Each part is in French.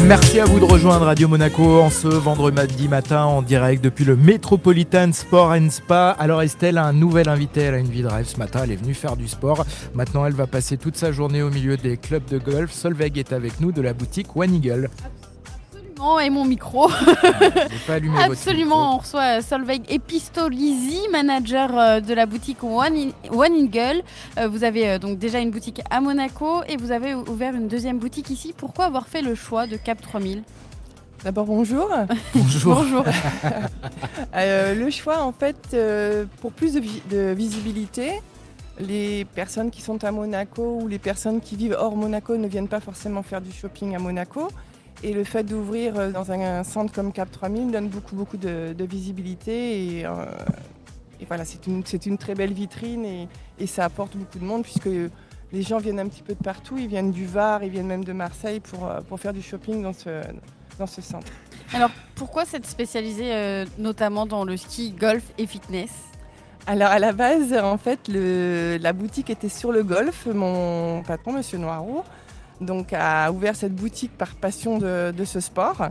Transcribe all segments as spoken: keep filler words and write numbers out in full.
Merci à vous de rejoindre Radio Monaco en ce vendredi matin en direct depuis le Metropolitan Sport and Spa. Alors Estelle a un nouvel invité, elle a une vie de rêve ce matin, elle est venue faire du sport. Maintenant elle va passer toute sa journée au milieu des clubs de golf. Solveig est avec nous de la boutique One Eagle. Absolument, et mon micro. Pas allumé Absolument, on reçoit Solveig Epistolizi, manager de la boutique One, One Eagle. Vous avez donc déjà une boutique à Monaco et vous avez ouvert une deuxième boutique ici. Pourquoi avoir fait le choix de Cap trois mille ? D'abord, bonjour. Bonjour. Bonjour. euh, le choix, en fait, euh, pour plus de, vi- de visibilité, les personnes qui sont à Monaco ou les personnes qui vivent hors Monaco ne viennent pas forcément faire du shopping à Monaco. Et le fait d'ouvrir dans un, un centre comme Cap trois mille donne beaucoup, beaucoup de, de visibilité. Et, euh, et voilà, c'est une, c'est une très belle vitrine et, et ça apporte beaucoup de monde puisque les gens viennent un petit peu de partout. Ils viennent du Var, ils viennent même de Marseille pour, pour faire du shopping dans ce, dans ce centre. Alors, pourquoi s'être spécialisé euh, notamment dans le ski, golf et fitness ? Alors à la base, en fait, le, la boutique était sur le golf. Mon patron, Monsieur Noireau, donc a ouvert cette boutique par passion de, de ce sport.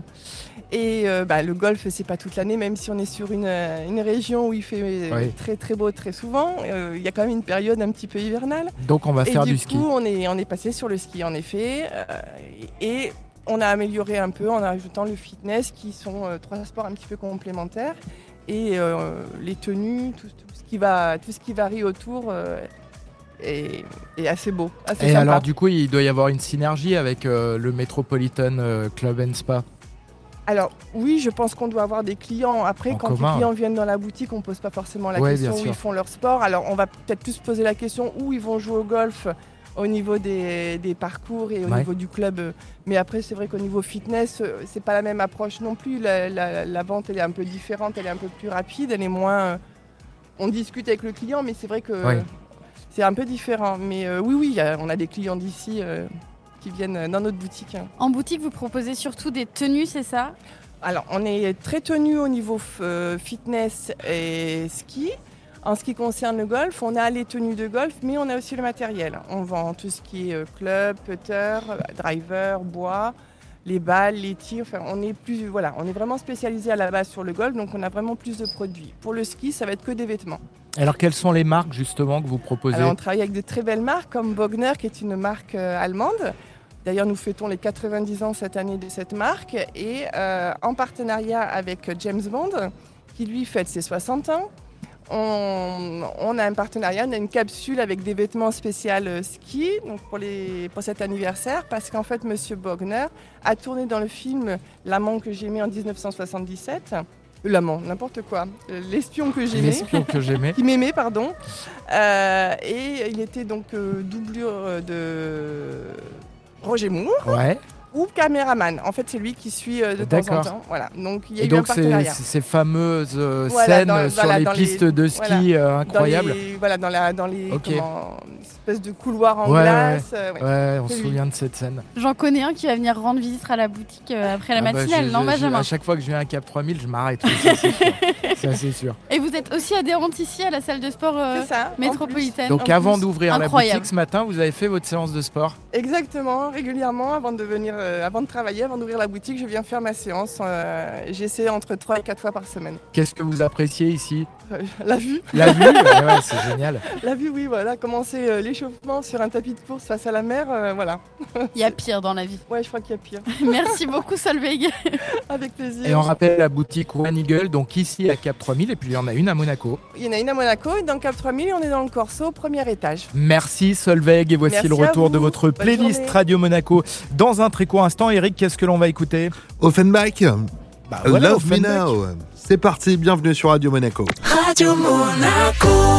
Et euh, bah, le golf, c'est pas toute l'année, même si on est sur une, une région où il fait oui. très très beau très souvent. Euh, il y a quand même une période un petit peu hivernale. Donc on va et faire du, du coup, ski. on est on est passé sur le ski en effet. Euh, et on a amélioré un peu en ajoutant le fitness, qui sont euh, trois sports un petit peu complémentaires. Et euh, les tenues, tout, tout ce qui va, tout ce qui varie autour. Euh, Et, et assez beau, assez Et sympa. alors du coup il doit y avoir une synergie avec euh, le Metropolitan euh, Club and Spa. Alors oui, je pense qu'on doit avoir des clients. Après, En quand commun. les clients viennent dans la boutique, on ne pose pas forcément la Ouais, question bien où sûr. ils font leur sport. Alors on va peut-être plus poser la question où ils vont jouer au golf au niveau des, des parcours et au Ouais. niveau du club. Mais après, c'est vrai qu'au niveau fitness, c'est pas la même approche non plus. La, la, la vente, elle est un peu différente, elle est un peu plus rapide, elle est moins... On discute avec le client, mais c'est vrai que... Ouais. C'est un peu différent, mais euh, oui, oui, y a, on a des clients d'ici euh, qui viennent dans notre boutique. En boutique, vous proposez surtout des tenues, c'est ça ? Alors, on est très tenu au niveau euh, fitness et ski. En ce qui concerne le golf, on a les tenues de golf, mais on a aussi le matériel. On vend tout ce qui est euh, club, putter, driver, bois, les balles, les tirs. Enfin, on est plus, voilà, on est vraiment spécialisé à la base sur le golf, donc on a vraiment plus de produits. Pour le ski, ça va être que des vêtements. Alors quelles sont les marques justement que vous proposez ? Alors, on travaille avec de très belles marques comme Bogner, qui est une marque euh, allemande. D'ailleurs, nous fêtons les quatre-vingt-dix ans cette année de cette marque. Et euh, en partenariat avec James Bond, qui lui fête ses soixante ans, on, on a un partenariat, on a une capsule avec des vêtements spéciaux euh, ski donc pour, les, pour cet anniversaire. Parce qu'en fait, Monsieur Bogner a tourné dans le film L'amant que j'aimais en dix-neuf cent soixante-dix-sept. L'amant, n'importe quoi. L'espion que j'aimais. L'espion que j'aimais. Qui m'aimait, pardon. Euh, et il était donc euh, doublure de Roger Moore Ouais. ou caméraman. En fait, c'est lui qui suit euh, de temps D'accord. en temps. Voilà. Donc, il y a Et eu un donc ces, partenariat. ces fameuses euh, Voilà, scènes dans- sur voilà, les dans les- pistes de ski voilà. euh, Dans incroyables. les, voilà, dans, la, dans les Ok. comment, espèces de couloirs en Ouais, glace. euh, ouais. Ouais, on C'est se lui. souvient de cette scène. J'en connais un qui va venir rendre visite à la boutique euh, après la Ah bah, matinale, je- non je- Benjamin ? À chaque fois que je viens à Cap trois mille, je m'arrête. Oui, ça, c'est sûr. Ça, c'est sûr. Et vous êtes aussi adhérente ici à la salle de sport euh, C'est ça. en métropolitaine. Donc En avant plus, d'ouvrir la incroyable. boutique ce matin, vous avez fait votre séance de sport. plus. Exactement, régulièrement, avant de venir, euh, avant de travailler, avant d'ouvrir la boutique, je viens faire ma séance. Euh, J'essaie entre trois et quatre fois par semaine. Qu'est-ce que vous appréciez ici ? Euh, la vue. La vue, ouais, ouais, c'est génial. La vue, oui, voilà. Commencer euh, l'échauffement sur un tapis de course face à la mer, euh, voilà. Il y a pire dans la vie. Ouais, je crois qu'il y a pire. Merci beaucoup Solveig. Avec plaisir. Et on rappelle la boutique One Eagle, donc ici à Cap trois mille, et puis il y en a une à Monaco. Il y en a une à Monaco et dans Cap trois mille, on est dans le Corso, premier étage. Merci Solveig, et voici Merci le à retour vous. de votre Bonne playlist journée. Radio Monaco. Dans un très court instant, Eric, qu'est-ce que l'on va écouter ? Offenbach, Bah voilà, Love Me Offenbach. Now. C'est parti, bienvenue sur Radio Monaco. Radio Monaco.